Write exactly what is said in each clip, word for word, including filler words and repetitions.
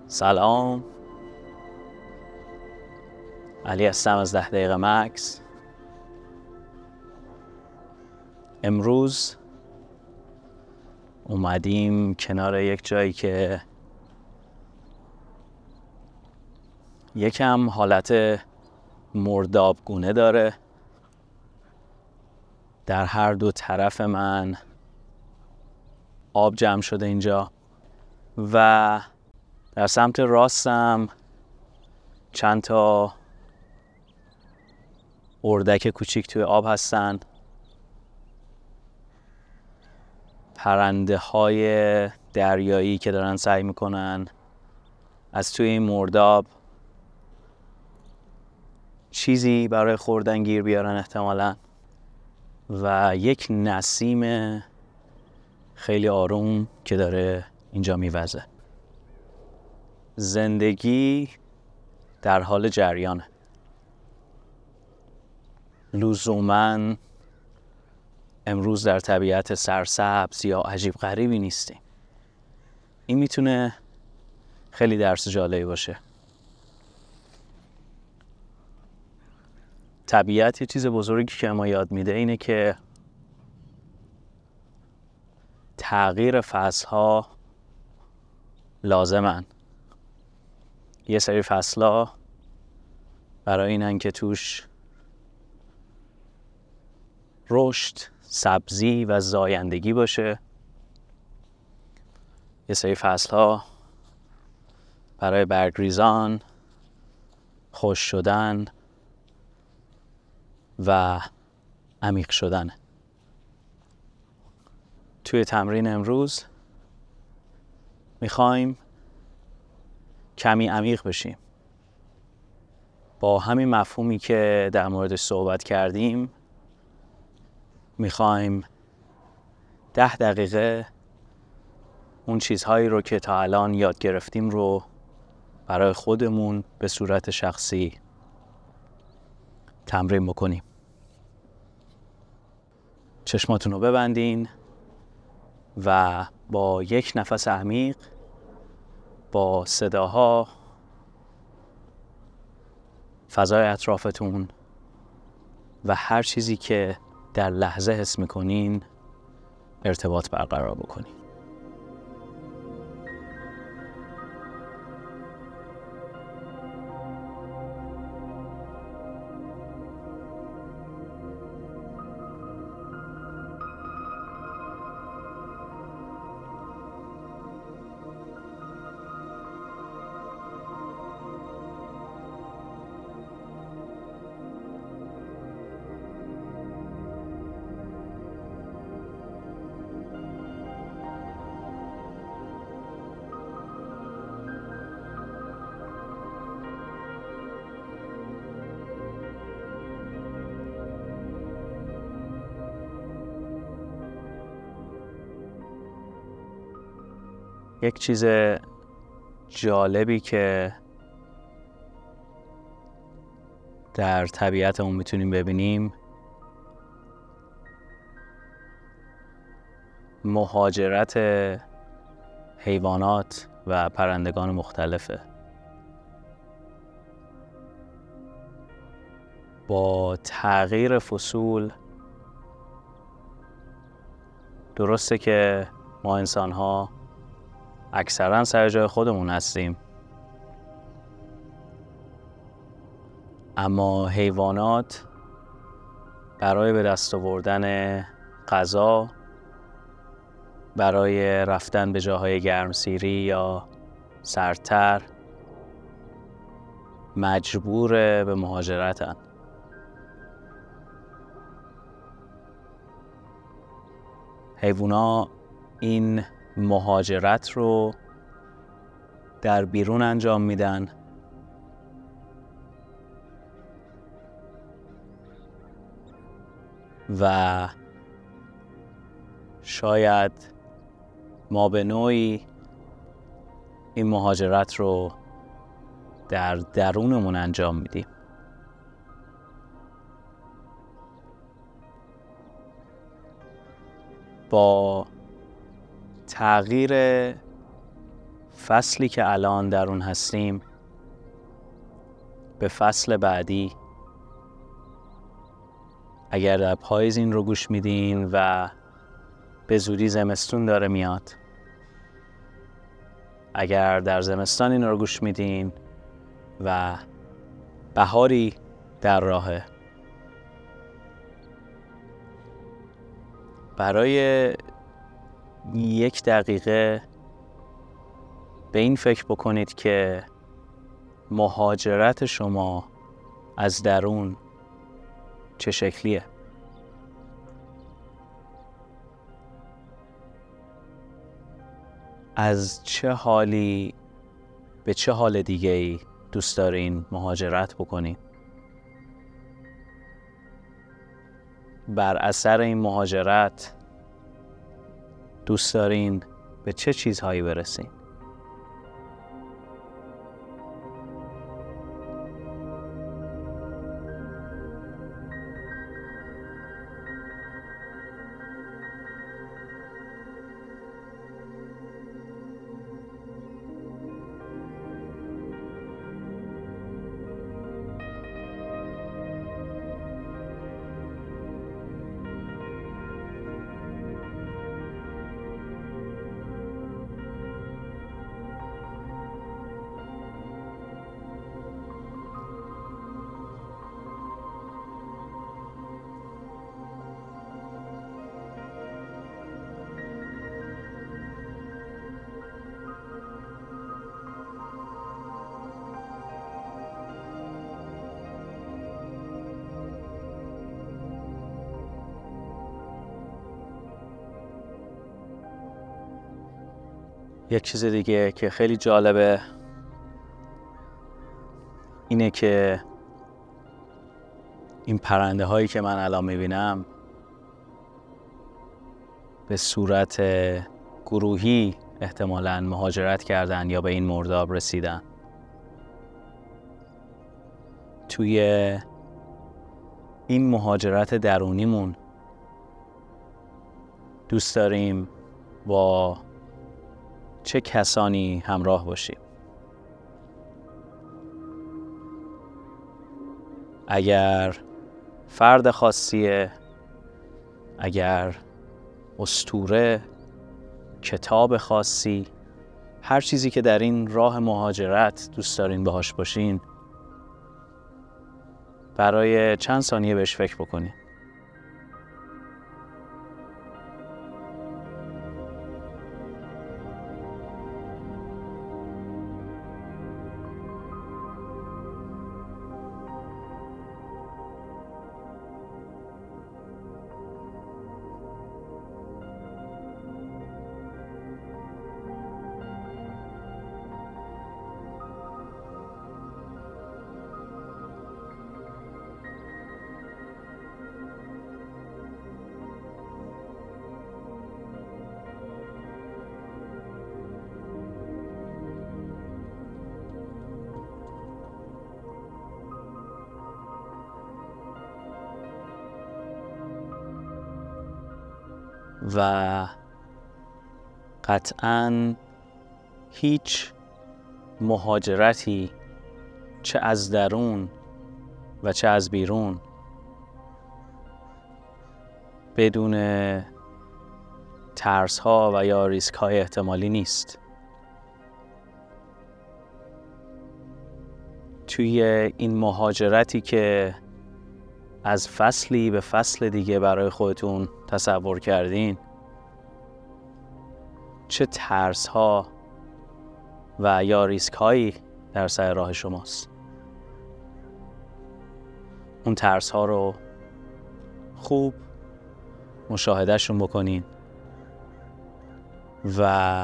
سلام، علی هستم از ده دقیقه مکس. امروز اومدیم کنار یک جایی که یکم حالت مردابگونه داره. در هر دو طرف من آب جمع شده اینجا و در سمت راستم چند تا اردک کوچیک توی آب هستن. پرنده های دریایی که دارن سعی میکنن از توی این مرداب چیزی برای خوردن گیر بیارن احتمالاً، و یک نسیم خیلی آروم که داره اینجا میوزه. زندگی در حال جریانه. لزوماً امروز در طبیعت سرسبز یا عجیب غریبی نیستیم. این میتونه خیلی درس جالبی باشه. طبیعت یه چیز بزرگی که ما یاد میده اینه که تغییر فصلها لازمن. یه سری فصلها برای اینن که توش رشد، سبزی و زایندگی باشه. یه سری فصلها برای برگریزان، خوش شدن و عمیق شدن. توی تمرین امروز میخوایم کمی عمیق بشیم. با همین مفهومی که در موردش صحبت کردیم میخوایم ده دقیقه اون چیزهایی رو که تا الان یاد گرفتیم رو برای خودمون به صورت شخصی تمرین بکنیم. چشماتون رو ببندین و با یک نفس عمیق با صداها، فضای اطرافتون و هر چیزی که در لحظه حس میکنین ارتباط برقرار بکنین. یک چیز جالبی که در طبیعتمون میتونیم ببینیم مهاجرت حیوانات و پرندگان مختلفه. با تغییر فصول درسته که ما انسان‌ها اکثرا سر جای خودمون هستیم، اما حیوانات برای به دست آوردن غذا، برای رفتن به جاهای گرمسیری یا سردتر مجبور به مهاجرتن. حیوونا این مهاجرت رو در بیرون انجام میدن و شاید ما به نوعی این مهاجرت رو در درونمون انجام میدیم. با تغییر فصلی که الان در اون هستیم به فصل بعدی، اگر در پاییز این رو گوش میدین و به زودی زمستون داره میاد، اگر در زمستان این رو گوش میدین و بهاری در راهه، برای یک دقیقه به این فکر بکنید که مهاجرت شما از درون چه شکلیه. از چه حالی به چه حال دیگه ای دوست دارین مهاجرت بکنین؟ بر اثر این مهاجرت دوست دارین به چه چیزهایی برسین؟ یک چیز دیگه که خیلی جالبه اینه که این پرنده هایی که من الان میبینم به صورت گروهی احتمالاً مهاجرت کردن یا به این مرداب رسیدن. توی این مهاجرت درونیمون دوست داریم با چه کسانی همراه باشیم؟ اگر فرد خاصیه، اگر اسطوره، کتاب خاصی، هر چیزی که در این راه مهاجرت دوست دارین باهاش باشین، برای چند ثانیه بهش فکر بکنین. و قطعاً هیچ مهاجرتی چه از درون و چه از بیرون بدون ترس ها و یا ریسک های احتمالی نیست. توی این مهاجرتی که از فصلی به فصل دیگه برای خودتون تصور کردین، چه ترس ها و یا ریسک هایی در سر راه شماست؟ اون ترس ها رو خوب مشاهدهشون بکنین و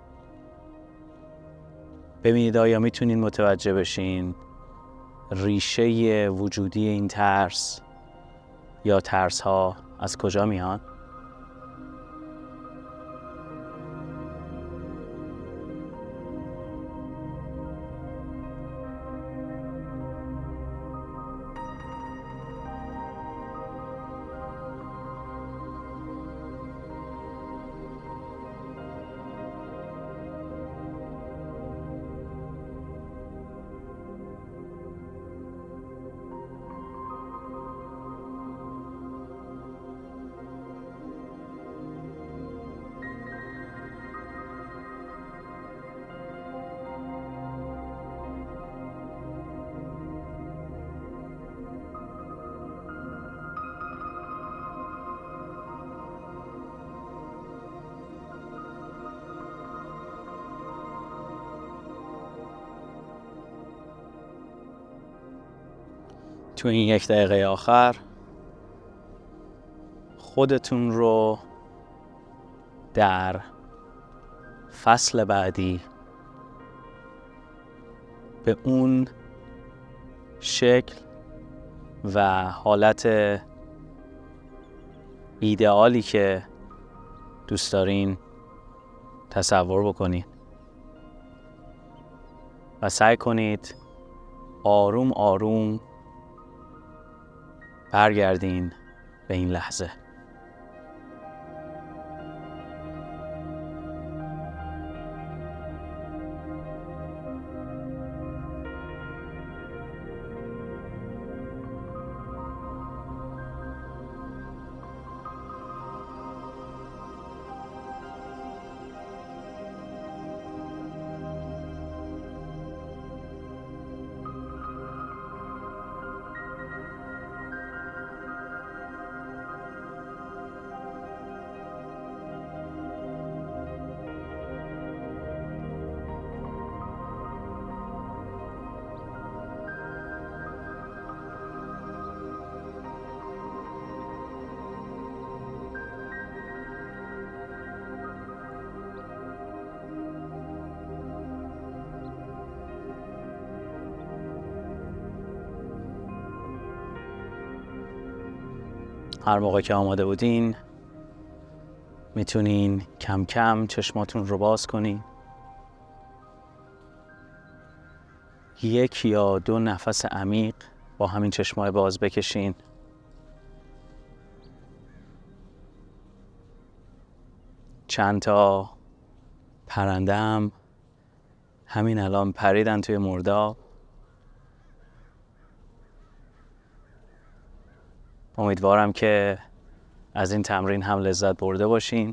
ببینید آیا میتونین متوجه بشین ریشه وجودی این ترس یا ترس ها از کجا میان؟ تو این یک دقیقه آخر خودتون رو در فصل بعدی به اون شکل و حالت ایدئالی که دوست دارین تصور بکنید و سعی کنید آروم آروم برگردین به این لحظه. هر موقع که آماده بودین میتونین کم کم چشماتون رو باز کنین. یک یا دو نفس عمیق با همین چشمای باز بکشین. چند تا پرنده هم همین الان پریدن توی مرداب. امیدوارم که از این تمرین هم لذت برده باشین.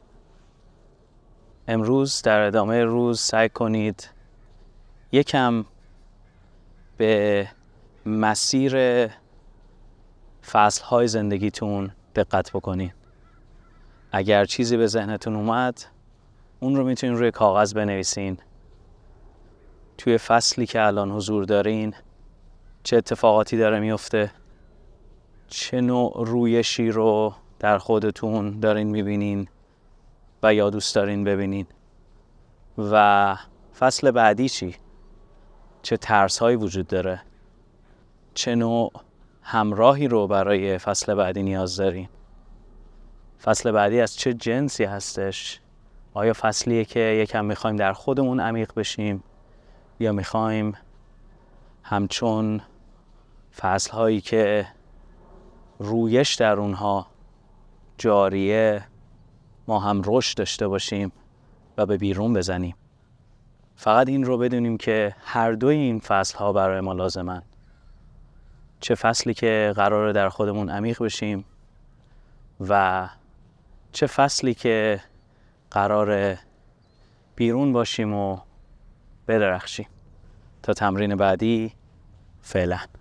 امروز در ادامه روز سعی کنید یکم به مسیر فصل‌های زندگیتون دقت بکنید. اگر چیزی به ذهنتون اومد اون رو میتونین روی کاغذ بنویسین. توی فصلی که الان حضور دارین چه اتفاقاتی داره میفته؟ چه نوع رویشی رو در خودتون دارین میبینین و یا دوست دارین ببینین؟ و فصل بعدی چی؟ چه ترس هایی وجود داره؟ چه نوع همراهی رو برای فصل بعدی نیاز دارین؟ فصل بعدی از چه جنسی هستش؟ آیا فصلیه که یکم میخوایم در خودمون عمیق بشیم یا میخوایم همچون فصل هایی که رویش در اونها جاریه ما هم رشد داشته باشیم و به بیرون بزنیم؟ فقط این رو بدونیم که هر دوی این فصل ها برای ما لازمن. چه فصلی که قراره در خودمون عمیق بشیم و چه فصلی که قراره بیرون باشیم و بدرخشیم. تا تمرین بعدی، فعلا.